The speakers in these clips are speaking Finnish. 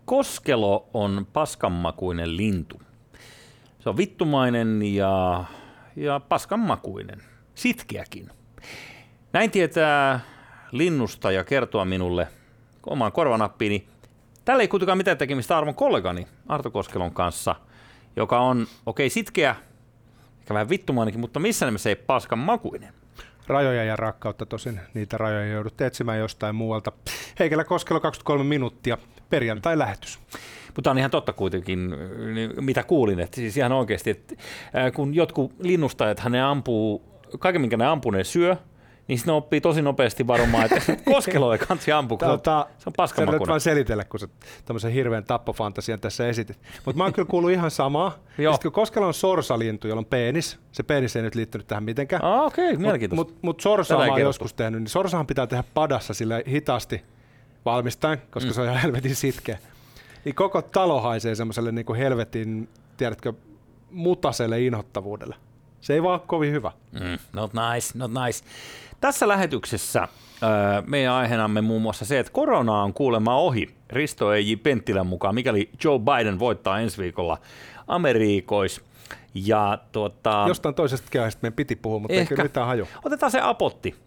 Koskelo on paskanmakuinen lintu. Se on vittumainen ja paskanmakuinen, sitkeäkin. Näin tietää linnusta ja kertoa minulle omaan korvanappiini. Tällä ei kuitenkaan mitään tekemistä arvon kollegani Arto Koskelon kanssa, joka on sitkeä, ehkä vähän vittumainenkin, mutta missään nimessä ei paskanmakuinen. Rajoja ja rakkautta tosin, niitä rajoja joudutte etsimään jostain muualta. Heikelä Koskelo 23 minuuttia, perjantai-lähetys. Mutta on ihan totta kuitenkin, mitä kuulin, että siis ihan oikeasti, että kun jotkut linnustajat ne ampuu, kaiken minkä ne ampuu, ne syö, niin sitten ne oppii tosi nopeasti varomaan, että Koskelo ei kansi ampu, se on paskanmakuinen. Sä nyt vaan selitellä, kun sä tämmöisen hirveän tappofantasian tässä esitit. Mutta mä oon kyllä kuullut ihan samaa. Sitten kun Koskelo on sorsalintu, jolla on peenis, se peenis ei nyt liittynyt tähän mitenkään. Okei, mielenkiintoista. Mutta sorsaa mä oon joskus tehnyt, niin sorsahan pitää tehdä padassa sillä hitaasti valmistaen, koska se on ihan helvetin sitkeä. Niin koko talo haisee semmoiselle niin kuin helvetin, tiedätkö, mutaselle inhottavuudelle. Se ei vaan kovin hyvä. Not nice. Tässä lähetyksessä meidän aiheenamme muun muassa se, että korona on kuulemma ohi Risto E.J. Penttilän mukaan, mikäli Joe Biden voittaa ensi viikolla Amerikois. Ja jostain toisesta aiheesta meidän piti puhua, mutta ei kyllä mitään haju. Otetaan se Apotti.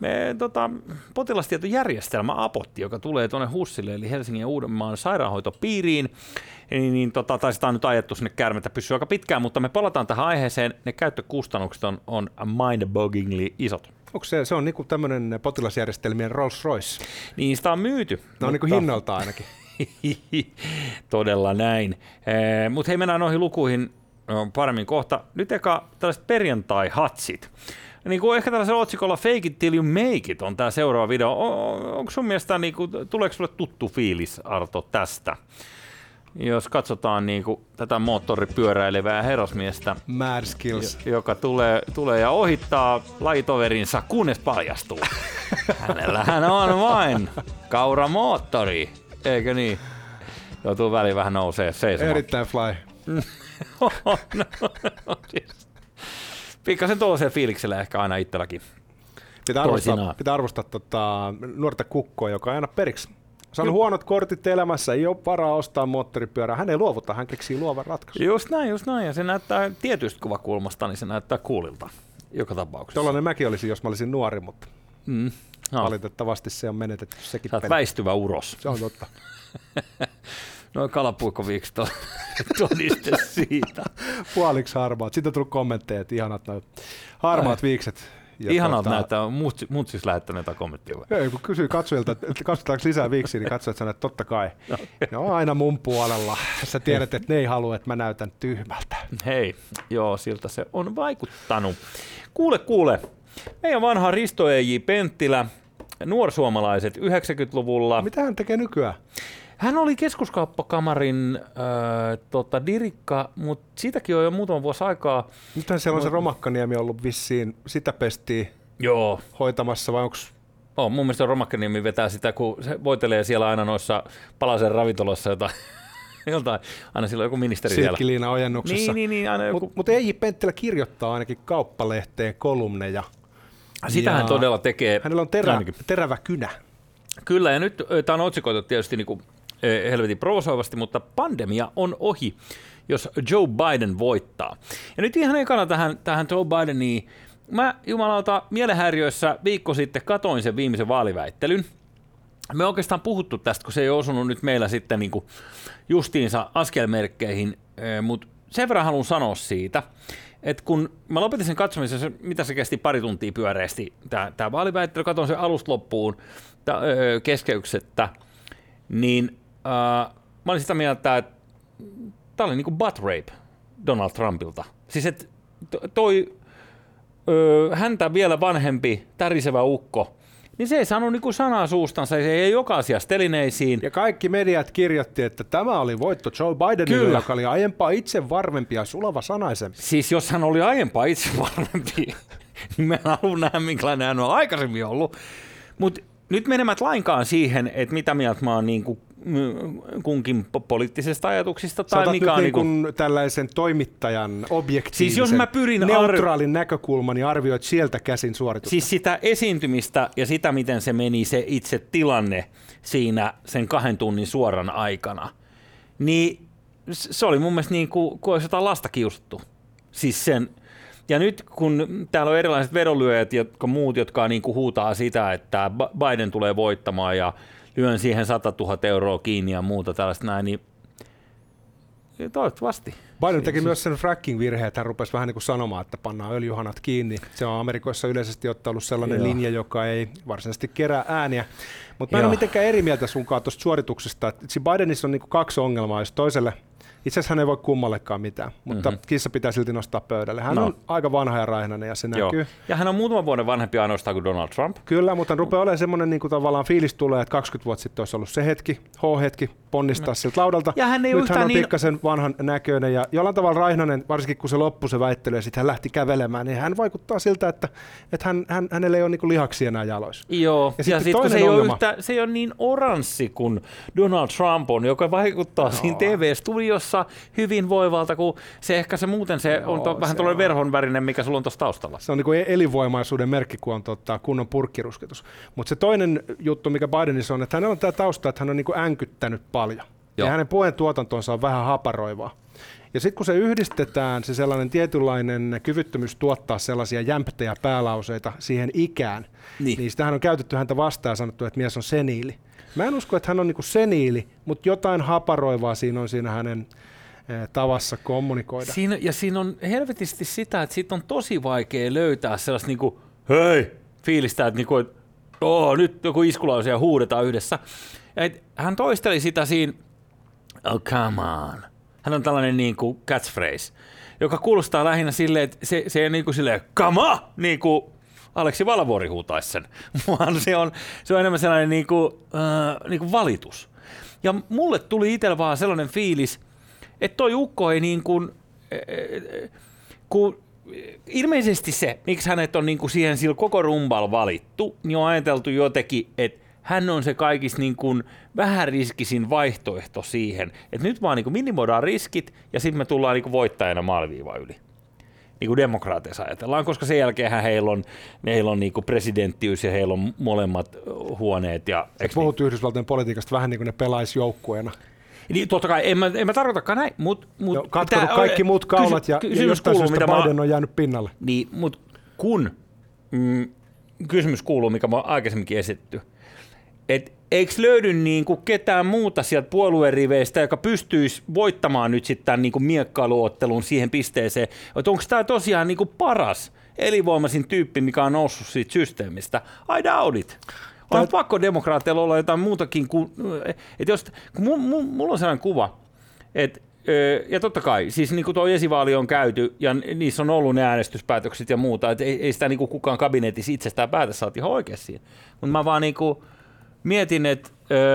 Potilastietojärjestelmä Apotti, joka tulee tuonne HUSille, eli Helsingin ja Uudenmaan sairaanhoitopiiriin. Tai sitä on nyt ajettu sinne käärmettä, pysyy aika pitkään, mutta me palataan tähän aiheeseen. Ne käyttökustannukset on mind-boggingly isot. Onko se on niinku tämmöinen potilasjärjestelmien Rolls-Royce? Niin, sitä on myyty. Ne on niinku hinnalta ainakin. Todella näin. Mutta hei, mennään noihin lukuihin paremmin kohta. Nyt eka tällaiset perjantai-hatsit. Niin kuin ehkä tällaisella otsikolla Fake it till you make it on tämä seuraava video. Onko sun mielestä, niin kuin, tuleeko sulle tuttu fiilis, Arto, tästä? Jos katsotaan niin kuin, tätä moottoripyöräilevää herrasmiestä, Mad skills. Joka tulee ja ohittaa lajitoverinsa, kunnes paljastuu. Hänellähän on vain kauramoottori, eikö niin? Joutuu väliin vähän nousee seisomaan. Erittäin fly. Pikkasen tuollaisella fiiliksellä ehkä aina itselläkin. Pitää arvostaa nuorta kukkoa, joka ei aina periksi. Se on huonot kortit elämässä, ei ole varaa ostaa moottoripyörää. Hän ei luovuta, hän keksii luovan ratkaisun. Just näin. Ja se näyttää tietystä kuvakulmasta, niin se näyttää coolilta joka tapauksessa. Tuollainen mäkin olisin, jos mä olisin nuori, mutta valitettavasti se on menetetty sekin. Sä oot väistyvä uros. Se on totta. Noin kalapuikkoviikset on todiste siitä. Puoliksi harmaat. Sitten on tullut kommentteja, että ihanat harmaat viikset. Ihanat näyttää, muut siis lähettäneet jotain kommenttia. Ei, kun kysyy katsojilta, että katsotaanko lisää viiksiä, niin katsojat sanoo, että totta kai. Ne on aina mun puolella. Sä tiedät, että ne ei halua, että mä näytän tyhmältä. Hei, joo, siltä se on vaikuttanut. Kuule. Meidän vanha Risto E.J. Penttilä, nuorsuomalaiset 90-luvulla. Mitä hän tekee nykyään? Hän oli Keskuskauppakamarin dirikka, mutta siitäkin on jo muutama vuosi aikaa. Nythän siellä on se Romakkaniemi ollut vissiin, sitä pestiin hoitamassa, vai onks? Mun mielestä Romakkaniemi vetää sitä, kun se voitelee siellä aina noissa Palasen ravintolassa joltain. Aina silloin joku ministeri siellä. Silkkiliina ojennuksessa. Niin, aina joku. Mutta E.J. Penttilä kirjoittaa ainakin Kauppalehteen kolumneja. Sitä hän todella tekee. Hänellä on terävä kynä. Kyllä, ja nyt tämä on otsikoitu tietysti niin kuin helvetin provosoivasti, mutta pandemia on ohi, jos Joe Biden voittaa. Ja nyt ihan ekana tähän Joe Bideniin. Mä jumalauta mielenhäiriöissä viikko sitten katoin sen viimeisen vaaliväittelyn. Me oikeastaan puhuttu tästä, kun se ei osunut nyt meillä sitten niin kuin justiinsa askelmerkkeihin, mutta sen verran haluan sanoa siitä, että kun mä lopetin sen katsomisen, mitä se kesti pari tuntia pyöreästi, tämä vaaliväittely, katsoin sen alusta loppuun keskeyksettä, niin mä olin sitä mieltä, että tämä oli niinku butt rape Donald Trumpilta. Siis että häntä vielä vanhempi, tärisevä ukko, niin se ei saanut niinku sanaa suustansa, se ei joka asiassa telineisiin. Ja kaikki mediat kirjoitti, että tämä oli voitto Joe Bidenille, joka oli aiempaa itse varmempi ja sulava sanaisempi. Siis jos hän oli aiempaa itse varmempi, niin mä en halua nähdä, minkälainen hän on aikaisemmin ollut. Mutta nyt menemät lainkaan siihen, että mitä mieltä mä oon niinku kunkin poliittisesta ajatuksista. Tai mikä on niin tällaisen toimittajan objektiivisen, siis jos mä pyrin neutraalin näkökulman ja arvioit sieltä käsin suoritusta. Siis sitä esiintymistä ja sitä, miten se meni se itse tilanne siinä sen 2 tunnin suoran aikana, Niin se oli mun mielestä niin kuin olisi jotain lasta kiusattu. Siis sen. Ja nyt kun täällä on erilaiset vedonlyöjät ja muut, jotka niin kuin huutaa sitä, että Biden tulee voittamaan ja lyön siihen 100 000 euroa kiinni ja muuta tällaista näin, niin toivottavasti. Biden teki myös sen fracking-virheen, että hän rupesi vähän niin kuin sanomaan, että pannaan öljyhanat kiinni. Se on Amerikoissa yleisesti ottaen ollut sellainen linja, joka ei varsinaisesti kerää ääniä. Mutta mä en ole mitenkään eri mieltä sunkaan tuosta suorituksesta. Bidenissa on niin kuin 2 ongelmaa, jos toiselle, itse asiassa hän ei voi kummallekaan mitään, mutta kissa pitää silti nostaa pöydälle. Hän on aika vanha ja raihnainen ja se näkyy. Ja hän on muutaman vuoden vanhempi ainoastaan kuin Donald Trump. Kyllä, mutta hän rupeaa olemaan semmoinen niin kuin tavallaan fiilis tulee, että 20 vuotta sitten olisi ollut se hetki, H-hetki, ponnistaa siltä laudalta. Ja hän ei nyt hän on niin pikkasen vanhan näköinen ja jollain tavalla raihnainen, varsinkin kun se loppui se väittely ja sitten hän lähti kävelemään, niin hän vaikuttaa siltä, että hänellä ei ole niin kuin lihaksia enää jaloissa. Joo, ja sitten kun se ei ole niin oranssi kuin Donald Trump on, joka vaikuttaa siinä TV-studiossa hyvin voivalta, kun se muuten on vähän tuollainen verhonvärinen, mikä sulla on tuossa taustalla. Se on niin kuin elinvoimaisuuden merkki, kun on kunnon purkkirusketus. Mutta se toinen juttu, mikä Bidenissa on, että hänellä on tämä tausta, että hän on niin kuin änkyttänyt paljon. Joo. Ja hänen puheen tuotantonsa on vähän haparoivaa. Ja sitten kun se yhdistetään, se sellainen tietynlainen kyvyttömyys tuottaa sellaisia jämptejä päälauseita siihen ikään, niin sitähän on käytetty häntä vastaan ja sanottu, että mies on seniili. Mä en usko, että hän on niinku seniili, mutta jotain haparoivaa siinä on siinä hänen tavassa kommunikoida. Siinä on helvetisti sitä, että siitä on tosi vaikea löytää sellaista niinku, hei, fiilistä, että niinku, nyt joku iskulause ja huudetaan yhdessä. Et hän toisteli sitä siinä, oh come on. Hän on tällainen niinku catchphrase, joka kuulostaa lähinnä silleen, että se ei niinku silleen, come on, niinku Aleksi Valvuori huutaisi sen, vaan se on enemmän sellainen niinku valitus. Ja mulle tuli itsellä vaan sellainen fiilis, että toi ukko ei niin kuin, ilmeisesti se, miksi hänet on niin kuin siihen sillä koko rumballa valittu, niin on ajateltu jotenkin, että hän on se kaikista niin kuin vähän riskisin vaihtoehto siihen, että nyt vaan niin kuin minimoidaan riskit ja sitten me tullaan niin kuin voittajana maaliviiva yli. Niin kuin demokraateissa ajatellaan, koska sen jälkeen heillä on niin kuin presidenttiys ja heillä on molemmat huoneet. Ja puhut Yhdysvaltojen politiikasta vähän niin kuin ne pelaisi joukkueena. Niin, totta kai, en mä tarkoitakaan näin, mutta katkonut kaikki muut kaulat ja jostain syystä Biden on jäänyt pinnalle. Niin, mutta kun kysymys kuuluu, mikä mä oon aikaisemminkin esitetty, että eikö löydy niinku ketään muuta sieltä puolueen riveistä, joka pystyisi voittamaan nyt sitten tämän niinku miekkailuottelun siihen pisteeseen, että onko tämä tosiaan niinku paras elinvoimaisin tyyppi, mikä on noussut siitä systeemistä? I doubt it. On pakko demokraateilla olla jotain muutakin kuin, että jos, kun mulla on sellainen kuva, että ja totta kai, siis niin kuin tuo esivaali on käyty ja niissä on ollut ne äänestyspäätökset ja muuta, että ei sitä niin kuin kukaan kabinetissa itsestään päätä, sä oot ihan oikeassa siinä. Mutta mä vaan niin kuin mietin, että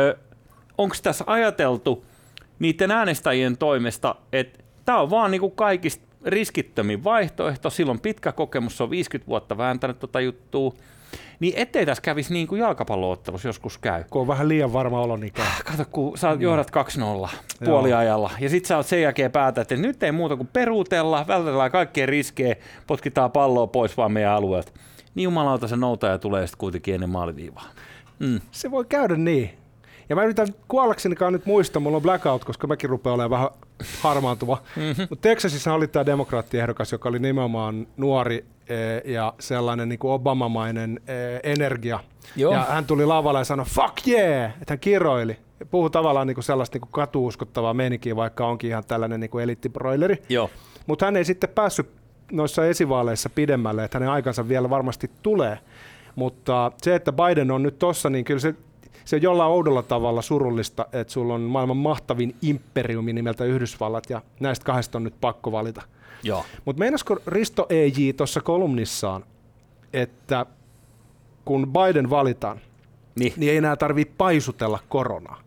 onko tässä ajateltu niiden äänestäjien toimesta, että tämä on vaan niin kuin kaikista riskittömin vaihtoehto, silloin pitkä kokemus, se on 50 vuotta vääntänyt tota juttua, niin ettei tässä kävisi niin kuin jalkapallo-ottelussa joskus käy. Kun on vähän liian varma olo, niin käy. Kato, kun sä johdat 2-0 puoliajalla, ja sit sä oot sen jälkeen päätä, että nyt ei muuta kuin peruutella, vältetään kaikkien riskejä, potkitaan palloa pois vaan meidän alueelta. Niin jumalauta se noutaja tulee sitten kuitenkin ennen maaliviivaa. Se voi käydä niin. Ja mä yritän kuollaksenikaan nyt muistaa, mulla on blackout, koska mäkin rupean olemaan vähän harmaantuva. Mutta Texasissa oli tämä demokraattiehdokas, joka oli nimenomaan nuori ja sellainen niin kuin Obama-mainen energia. Joo. Ja hän tuli lavalle ja sanoi, fuck yeah, että hän kiroili. Puhui tavallaan niin kuin sellaista niin kuin katuuskottavaa meininkiä, vaikka onkin ihan tällainen niin kuin eliittibroileri. Mutta hän ei sitten päässyt noissa esivaaleissa pidemmälle, että hänen aikansa vielä varmasti tulee. Mutta se, että Biden on nyt tossa, niin kyllä se on jollain oudolla tavalla surullista, että sulla on maailman mahtavin imperiumi nimeltä Yhdysvallat, ja näistä kahdesta on nyt pakko valita. Mutta meinasko Risto E.J. tuossa kolumnissaan, että kun Biden valitaan, niin ei enää tarvitse paisutella koronaa?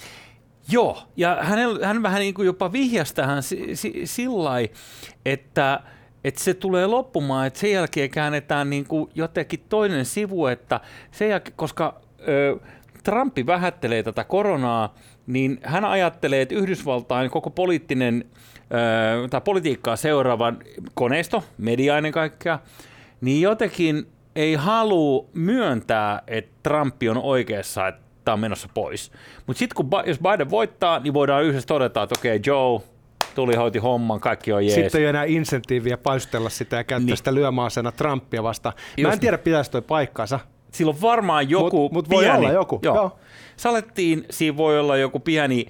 Joo, ja hän vähän niin kuin jopa vihjasi tähän sillai, että se tulee loppumaan, että sen jälkeen käännetään niin kuin jotenkin toinen sivu, että sen jälkeen, koska Trumpi vähättelee tätä koronaa, niin hän ajattelee, että Yhdysvaltain koko politiikkaa seuraavan koneisto, media ennen kaikkea, niin jotenkin ei halua myöntää, että Trumpi on oikeassa, että tämä on menossa pois. Mutta sitten jos Biden voittaa, niin voidaan yhdessä todeta, että okei, Joe tuli, hoiti homman, kaikki on jees. Sitten ei ole enää insentiiviä paistella sitä ja käyttää sitä lyömäaseena Trumpia vastaan. Mä en tiedä, pitäisi toi paikkansa. Silloin varmaan joku Mut pieni. voi olla joku. Joo. Salettiin, siinä voi olla joku pieni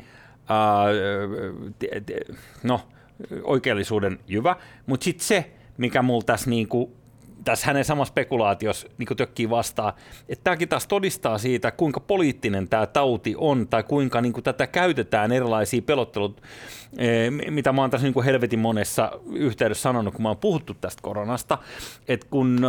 oikeellisuuden jyvä, mutta sitten se, mikä mulla tässä hänen sama spekulaatiossa tökkii vastaan, että tämäkin taas todistaa siitä, kuinka poliittinen tämä tauti on, tai kuinka tätä käytetään erilaisia pelottelut, mitä mä oon tässä helvetin monessa yhteydessä sanonut, kun mä oon puhuttu tästä koronasta, että kun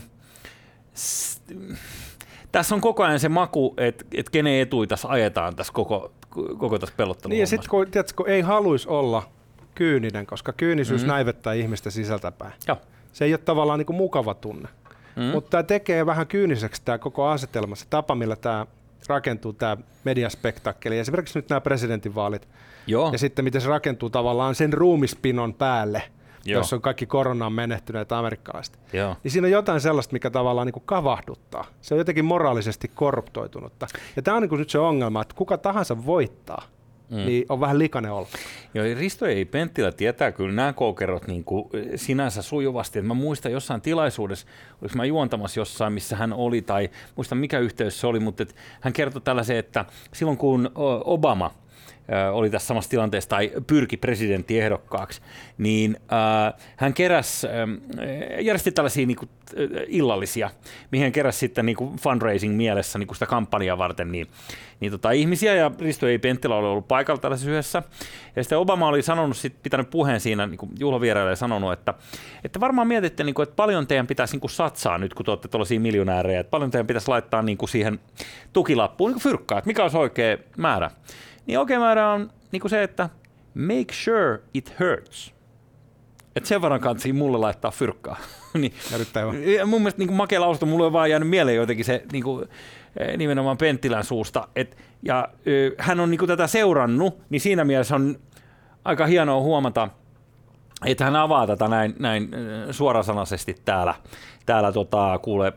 tässä on koko ajan se maku, että kenen etuja tässä ajetaan tässä koko tässä pelotteluhommassa. Niin ja sitten kun ei haluaisi olla kyyninen, koska kyynisyys näivettää ihmistä sisältäpäin. Joo. Se ei ole tavallaan mukava tunne. Mutta tämä tekee vähän kyyniseksi tämä koko asetelma, se tapa, millä tämä rakentuu, tämä mediaspektaakkeli. Esimerkiksi nyt nämä presidentinvaalit. Joo. Ja sitten miten se rakentuu tavallaan sen ruumispinon päälle, jossa on kaikki koronaan menehtyneet amerikkalaiset. Joo. Niin siinä on jotain sellaista, mikä tavallaan kavahduttaa. Se on jotenkin moraalisesti korruptoitunutta. Ja tämä on nyt se ongelma, että kuka tahansa voittaa, niin on vähän likainen olla. Joo, Risto ei Penttilä tietää kyllä nämä koukerot sinänsä sujuvasti. Et mä muistan jossain tilaisuudessa, oliko mä juontamassa jossain, missä hän oli, tai muistan mikä yhteys se oli, mutta hän kertoi tällaisen, että silloin kun Obama oli tässä samassa tilanteessa tai pyrki presidenttiehdokkaaksi, niin hän järjesti tällaisia illallisia, mihin hän keräsi sitten fundraising mielessä sitä kampanjaa varten ihmisiä, ja Risto E. Penttilä oli ollut paikalla tällaisessa yhdessä. Ja sitten Obama oli sanonut, pitänyt puheen siinä juhlavieraille ja sanonut, että varmaan mietitte, että paljon teidän pitäisi satsaa nyt, kun te olette tuollaisia miljonäärejä, että paljon teidän pitäisi laittaa siihen tukilappuun fyrkkaa, että mikä olisi oikea määrä. Niin oikea määrä on se, että make sure it hurts. Että sen verran kansi mulle laittaa fyrkkaa. Niin, mun mielestä makea lausunto, mulle on vaan jäänyt mieleen jotenkin se nimenomaan Penttilän suusta. Ja hän on tätä seurannut, niin siinä mielessä on aika hienoa huomata, että hän avaa tätä näin suorasanaisesti täällä kuule,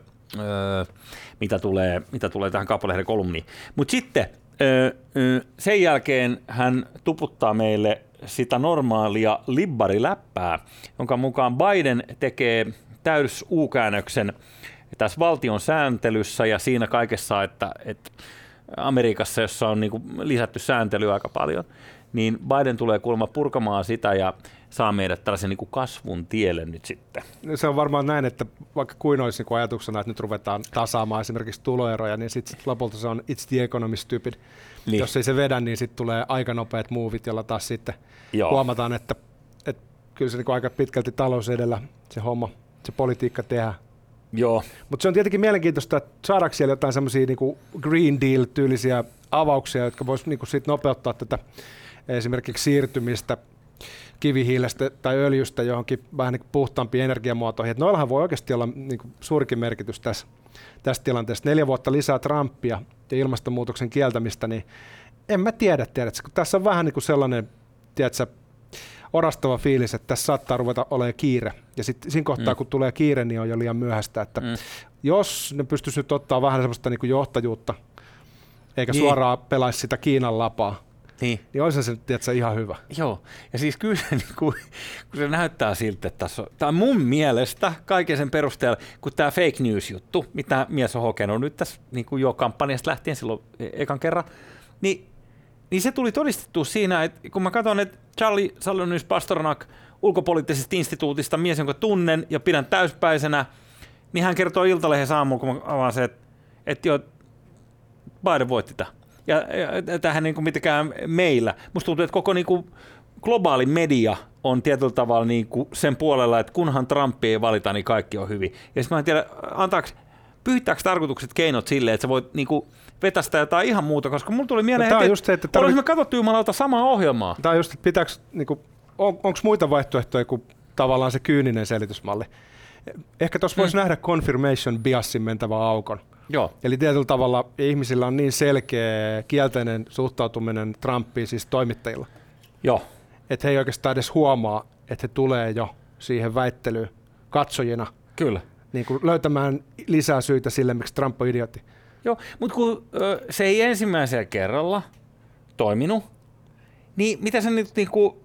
mitä tulee tähän Kauppalehden kolumniin. Mutta sitten sen jälkeen hän tuputtaa meille sitä normaalia libbariläppää, jonka mukaan Biden tekee täys U-käännöksen tässä valtion sääntelyssä ja siinä kaikessa, että Amerikassa, jossa on lisätty sääntelyä aika paljon, niin Biden tulee kuulemma purkamaan sitä ja saa meidät tällaisen kasvun tielle nyt sitten. Se on varmaan näin, että vaikka kuin olisi ajatuksena, että nyt ruvetaan tasaamaan esimerkiksi tuloeroja, niin sitten lopulta se on it's the economy stupid. Niin. Jos ei se vedä, niin sitten tulee aika nopeat movit, jolla taas sitten huomataan, että kyllä se aika pitkälti talous edellä se homma, se politiikka tehdään. Joo. Mutta se on tietenkin mielenkiintoista, että saadaanko siellä jotain semmoisia Green Deal-tyylisiä avauksia, jotka voisivat sit nopeuttaa tätä esimerkiksi siirtymistä kivihiilestä tai öljystä johonkin vähän puhtaampiin energiamuotoihin. Et noillahan voi oikeasti olla suurikin merkitys tässä tilanteessa. 4 vuotta lisää Trumpia ja ilmastonmuutoksen kieltämistä, niin en mä tiedätkö, kun tässä on vähän sellainen, orastava fiilis, että tässä saattaa ruveta olemaan kiire. Ja sitten siinä kohtaa, kun tulee kiire, niin on jo liian myöhäistä. Että jos ne pystyisi nyt ottaa vähän semmoista johtajuutta, eikä suoraan pelaisi sitä Kiinan lapaa, niin olisi se ihan hyvä. Joo, ja siis kyllä kun se näyttää siltä, että tämä on mun mielestä kaiken sen perusteella, kun tämä fake news-juttu, mitä mies on hokenut nyt tässä jo kampanjasta lähtien silloin ekan kerran, niin se tuli todistettua siinä, että kun mä katson, että Charlie Salonius-Pasternak ulkopoliittisesta instituutista, mies, jonka tunnen ja pidän täyspäisenä, niin hän kertoo Iltalehdessä aamulla, kun mä avaan se, että Biden voitti tämän. Ja tähän mitenkään meillä. Musta tuntuu, että koko globaali media on tietyllä tavalla sen puolella, että kunhan Trump ei valita, niin kaikki on hyvin. Ja sitten mä en tiedä, pyytääkö tarkoitukset keinot silleen, että sä voit vetästä jotain ihan muuta, koska mulla tuli mieleen, että olisimme katsottu jumalauta samaa ohjelmaa. Tämä on just, että pitääkö, onko muita vaihtoehtoja kuin tavallaan se kyyninen selitysmalli? Ehkä tuossa voisi nähdä confirmation biasin mentävän aukon. Joo. Eli tietyllä tavalla ihmisillä on niin selkeä kielteinen suhtautuminen Trumpiin, siis toimittajilla, että he ei oikeastaan edes huomaa, että he tulee jo siihen väittelyyn katsojina. Kyllä. Löytämään lisää syitä sille, miksi Trump on idiootti. Joo, mutta kun se ei ensimmäisellä kerralla toiminut, niin mitä sä nyt niinku,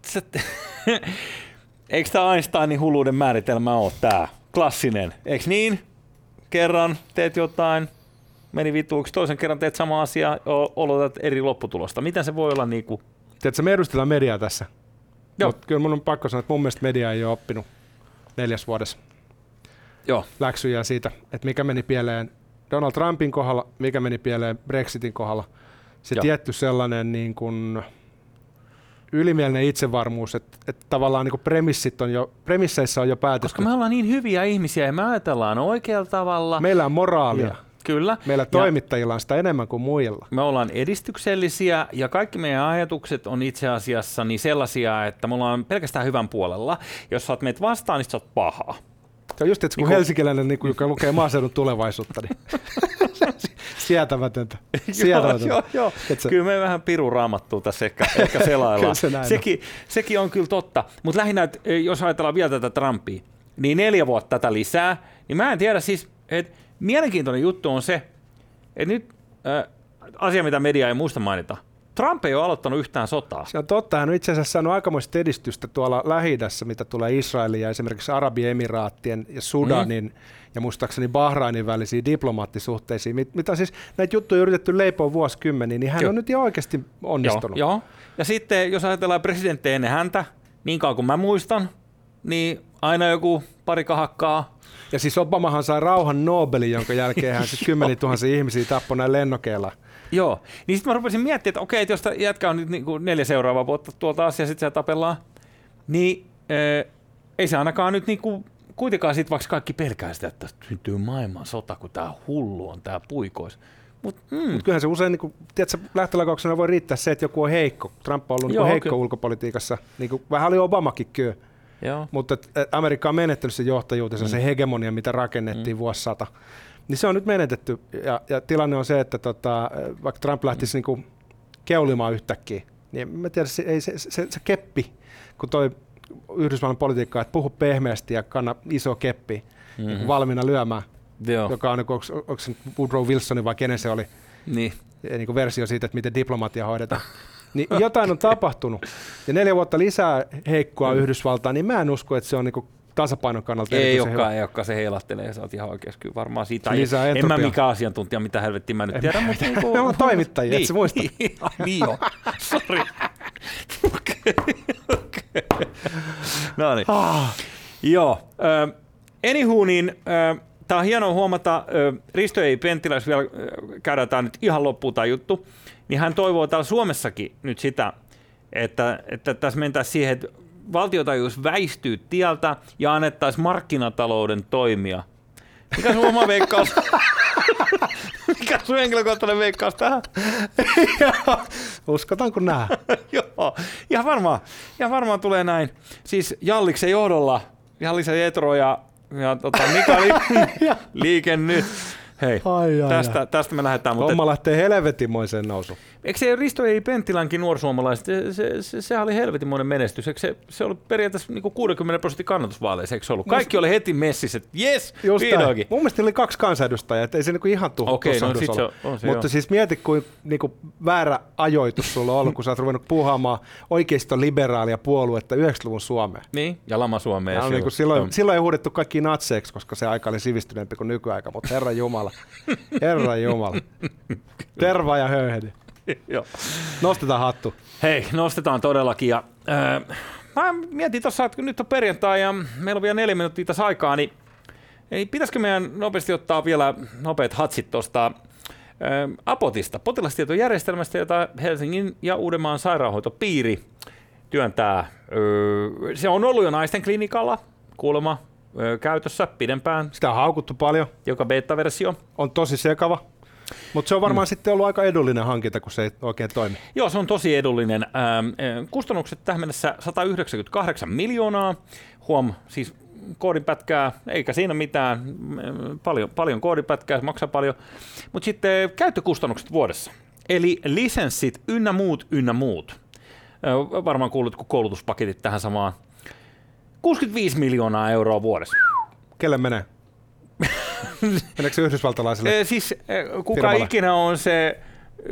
eikö tämä Einsteinin hulluuden määritelmä ole tää? Klassinen, eikö niin? Kerran teet jotain, meni vituiksi, toisen kerran teet sama asia, odotat eri lopputulosta. Miten se voi olla niinku? Tiedätkö, me edustellaan mediaa tässä. Joo. Mut kyllä mun on pakko sanoa, että mun mielestä media ei ole oppinut 4 vuodessa Joo. läksyjä siitä, että mikä meni pieleen Donald Trumpin kohdalla, mikä meni pieleen Brexitin kohdalla. Se tietty sellainen niin kuin ylimielinen itsevarmuus, että tavallaan niin kuin premisseissä on jo päätetty. Koska me ollaan niin hyviä ihmisiä ja me ajatellaan oikealla tavalla. Meillä on moraalia. Ja, kyllä. Meillä toimittajilla on sitä enemmän kuin muilla. Me ollaan edistyksellisiä ja kaikki meidän ajatukset on itse asiassa niin sellaisia, että me ollaan pelkästään hyvän puolella. Jos sä oot meitä vastaan, niin sä oot pahaa. Se on just, että kun helsinkiläinen, niin joka lukee maaseudun tulevaisuutta, niin sietämätöntä. Joo. Kyllä me vähän piru raamattua tässä ehkä selaillaan. Sekin on kyllä totta. Mutta lähinnä, jos ajatellaan vielä tätä Trumpia, niin 4 vuotta tätä lisää, niin mä en tiedä siis, että mielenkiintoinen juttu on se, että nyt asia, mitä media ei muista mainita, Trump ei ole aloittanut yhtään sotaa. Se on totta. Hän on itse asiassa saanut aikamoista edistystä tuolla Lähi-idässä, mitä tulee Israelin ja esimerkiksi Arabiemiraattien ja Sudanin ja muistaakseni Bahrainin välisiin diplomaattisuhteisiin, mitä siis näitä juttuja on yritetty leipoa vuosikymmeniä, niin hän on nyt jo oikeasti onnistunut. Joo. Ja sitten jos ajatellaan presidenttejä ennen häntä, niin kauan kuin mä muistan, niin aina joku pari kahakkaa. Ja siis Obamahan sai rauhan Nobelin, jonka jälkeen hän sitten 10 000 ihmisiä tappoi näin lennokeilla. Joo, niin sitten mä rupesin miettimään, että okei, että jos jätkä on nyt niin kuin 4 seuraavaa vuotta tuolta asiaa, sitten se tapellaan, niin ei se ainakaan nyt niin kuin, kuitenkaan sitten vaikka kaikki pelkää sitä, että syntyy maailmansota, kun tää hullu on tää puikois. Mut kyllähän se usein, niin kuin, tiedätkö, lähtölakauksena voi riittää se, että joku on heikko. Trump on ollut niin heikko ulkopolitiikassa, niin kuin, vähän oli Obamakin kyllä. Mutta Amerikka on menettänyt sen johtajuutensa, se hegemonia, mitä rakennettiin vuosisata. Niin se on nyt menetetty, ja tilanne on se, että vaikka Trump lähtisi niinku keulimaan yhtäkkiä, niin mä tiedän, se keppi, kun toi Yhdysvallan politiikka, että puhu pehmeästi ja kanna iso keppi niin valmiina lyömään, joka on, onko se Woodrow Wilsonin vai kenen se oli, niin versio siitä, että miten diplomatia hoidetaan. Niin jotain on tapahtunut, ja 4 vuotta lisää heikkoa Yhdysvaltaa, niin mä en usko, että se on niinku tasapainon kannalta ei olekaan, se heilahtelee, sä oot ihan oikeassa kyllä varmaan siitä. En mä mikään asiantuntija, mitä helvettiä mä nyt tiedän. Mutta niinku, me ollaan toimittajia, et sä muista. Niin joo, sori. Okei. No niin. Joo, anywho, niin tää on hienoa huomata, Risto E. Penttilä, jos vielä käydään tää nyt ihan loppuun tää juttu, niin hän toivoo täällä Suomessakin nyt sitä, että tässä mentäisiin siihen, että valtiotajuus väistyy tieltä ja annettaisiin markkinatalouden toimia. Mikä sun oma veikkaus? Mikä sun henkilökohtainen veikkaus tähän? Uskotaan kun nähdään. Joo, ihan varmaan tulee näin. Siis Jalliksen johdolla, Jallisen Etro ja Mika Liike Nyt. Hei, tästä me lähdetään. Homma lähtee helvetimoiseen nousuun. Eikö se Risto E. Penttilänkin nuorisuomalaiset, sehän oli helvetimoinen menestys. Eikö se oli periaatteessa niin 60% kannatusvaaleissa, eikö se ollut? Kaikki oli heti messissä, että jes, vihdoinkin. Mun mielestä oli 2 kansanedustajaa, että ei se ihan tusahdus ollut. Mutta siis mieti, kuin väärä ajoitus sulla on ollut, kun sä oot ruvennut puuhaamaan oikeiston liberaalia puoluetta 90-luvun Suomeen. Niin, ja lama Suomeen. Silloin ei huudettu kaikki natseiksi, koska se aika oli sivistyneempi kuin nykyaika, mutta Herran Jumala. Terva ja höyhedi. Nostetaan hattu. Hei, nostetaan todellakin. Ja, mä mietin tuossa, että nyt on perjantai ja meillä on vielä 4 minuuttia tässä aikaa, niin pitäisikö meidän nopeasti ottaa vielä nopeat hatsit tuosta Apotista, potilastietojärjestelmästä, jota Helsingin ja Uudenmaan sairaanhoitopiiri työntää. Se on ollut jo naisten klinikalla kuulemma käytössä pidempään. Sitä on haukuttu paljon. Joka beta-versio. On tosi sekava. Mutta se on varmaan sitten ollut aika edullinen hankinta, kun se ei oikein toimi. Joo, se on tosi edullinen. Kustannukset tähän mennessä 198 miljoonaa. Siis koodinpätkää, eikä siinä mitään. Paljon koodinpätkää, se maksaa paljon. Mutta sitten käyttökustannukset vuodessa. Eli lisenssit ynnä muut. Varmaan kuulut, kun koulutuspaketit tähän samaan. 65 miljoonaa euroa vuodessa. Kelle menee? Meneekö se yhdysvaltalaiselle Siis kuka firmalle? ikinä on se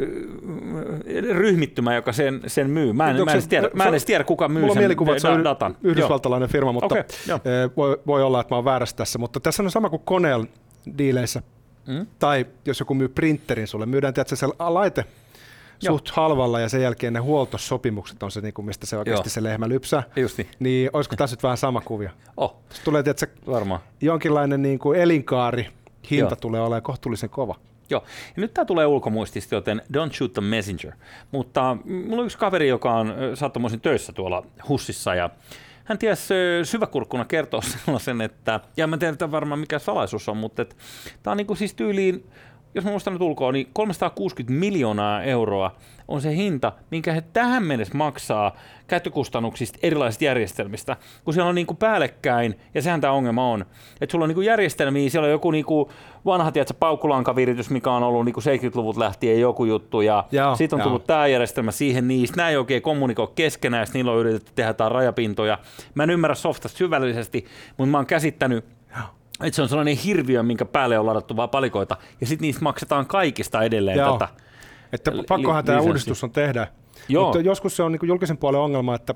ryhmittymä, joka sen myy. Mä en edes tiedä, kuka myy mulla on sen mielikuva, että se on datan. yhdysvaltalainen firma, mutta Okay, voi olla, että mä oon väärässä tässä. Mutta tässä on sama kuin koneella diileissä. Tai jos joku myy printerin sulle, myydään tietysti se laite suht halvalla ja sen jälkeen ne huoltosopimukset on se, niin kuin mistä se oikeasti se lehmä lypsää. Just niin olisiko tässä nyt vähän sama kuvio? Sitten tulee tietysti varmaan jonkinlainen niin kuin elinkaari, hinta tulee olemaan kohtuullisen kova. Joo, ja nyt tämä tulee ulkomuistista, joten don't shoot the messenger. Mutta mulla on yksi kaveri, joka on sattumoisin töissä tuolla HUSissa, ja hän tiesi syväkurkkuna kertoa sellaisen, että, ja mä en tiedä varmaan mikä salaisuus on, mutta tämä on niin kuin siis tyyliin, jos mä muistan nyt ulkoa, niin 360 miljoonaa euroa on se hinta, minkä he tähän mennessä maksaa käyttökustannuksista erilaisista järjestelmistä, kun siellä on niin kuin päällekkäin, ja sehän tämä ongelma on, että sulla on niin kuin järjestelmiä, siellä on joku niin kuin vanha paukulankaviritys, mikä on ollut niin kuin 70-luvut lähtien joku juttu, ja sitten on tullut tämä järjestelmä siihen niistä, nämä ei oikein kommunikoi keskenään, ja niillä on yritetty tehdä jotain rajapintoja. Mä en ymmärrä softasta syvällisesti, mutta mä oon käsittänyt, että se on sellainen hirviö, minkä päälle on ladattu vaan palikoita, ja sitten niistä maksetaan kaikista edelleen tätä. Että pakkohan tämä uudistus on tehdä. Mutta joskus se on niin kuin julkisen puolen ongelma, että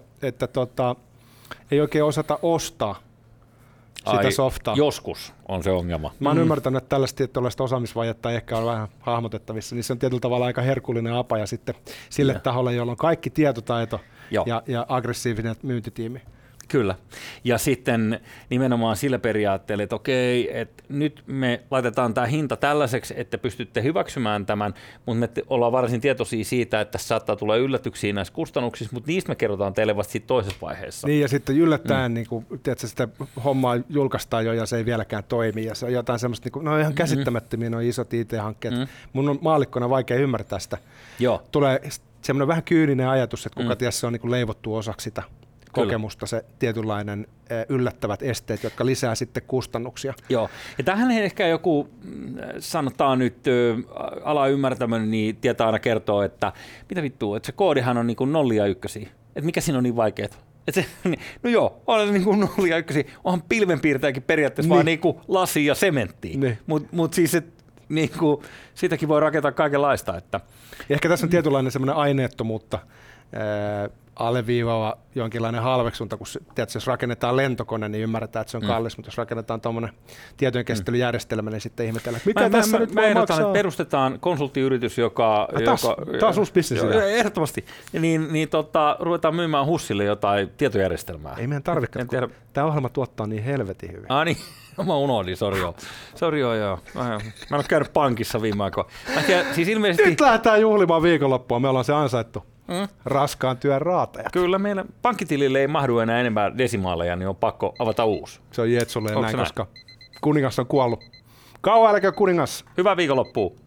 ei oikein osata ostaa sitä softaa. Joskus on se ongelma. Mä oon ymmärtänyt, että tällaista osaamisvajetta ehkä on vähän hahmotettavissa, niin se on tietyllä tavalla aika herkullinen apa ja sitten sille taholle, jolla on kaikki tietotaito ja aggressiivinen myyntitiimi. Kyllä. Ja sitten nimenomaan sillä periaatteella, että okei, että nyt me laitetaan tämä hinta tällaiseksi, että pystytte hyväksymään tämän, mutta me ollaan varsin tietoisia siitä, että tässä saattaa tulla yllätyksiä näissä kustannuksissa, mutta niistä me kerrotaan teille vasta sitten toisessa vaiheessa. Niin, ja sitten yllättäen niin kuin, tiedätkö, sitä hommaa julkaistaan jo ja se ei vieläkään toimi. Ja se on jotain semmoista, niin kuin, no ihan käsittämättömiä nuo isot IT-hankkeet. Mun on maallikkona vaikea ymmärtää sitä. Joo. Tulee semmoinen vähän kyyninen ajatus, että kuka ties se on niin kuin leivottu osaksi sitä kokemusta, se tietynlainen yllättävät esteet, jotka lisää sitten kustannuksia. Joo, ja tähän ehkä joku, sanotaan nyt ala ymmärtämön, niin tietää aina kertoo, että mitä vittua, että se koodihan on niin kuin 0 ja 1. Että mikä siinä on niin vaikeaa? No joo, on se niin kuin 0 ja 1. Onhan pilvenpiirtäjäkin periaatteessa vaan niin kuin lasi ja sementtiä. Niin. Mut siis, niin kuin, siitäkin voi rakentaa kaikenlaista. Että. Ehkä tässä on tietynlainen semmoinen aineettomuutta alleviivaava jonkinlainen halveksunta, kun tiedätkö, jos rakennetaan lentokone, niin ymmärretään, että se on kallis, mutta jos rakennetaan tuommoinen tietojenkäsittelyjärjestelmä, niin sitten ihmetellään, mitä tässä nyt voi maksaa? Että perustetaan konsulttiyritys, joka... Taas uusi bisnes. Ehdottomasti. Niin ruvetaan myymään HUSille jotain tietojärjestelmää. Ei meidän tarvitse, tämä ohjelma tuottaa niin helvetin hyvin. Niin, mä unohdin, sori joo. Mä en ole käynyt pankissa viime aikoina. Siis ilmeisesti... Nyt lähdetään juhlimaan viikonloppua, me ollaan se ansaittu. Raskaan työn raatajat. Kyllä, meillä pankkitilille ei mahdu enää enemmän desimaaleja, niin on pakko avata uusi. Se on Jetsulle näin, koska kuningas on kuollut. Kauan älkää kuningas. Hyvää viikonloppua.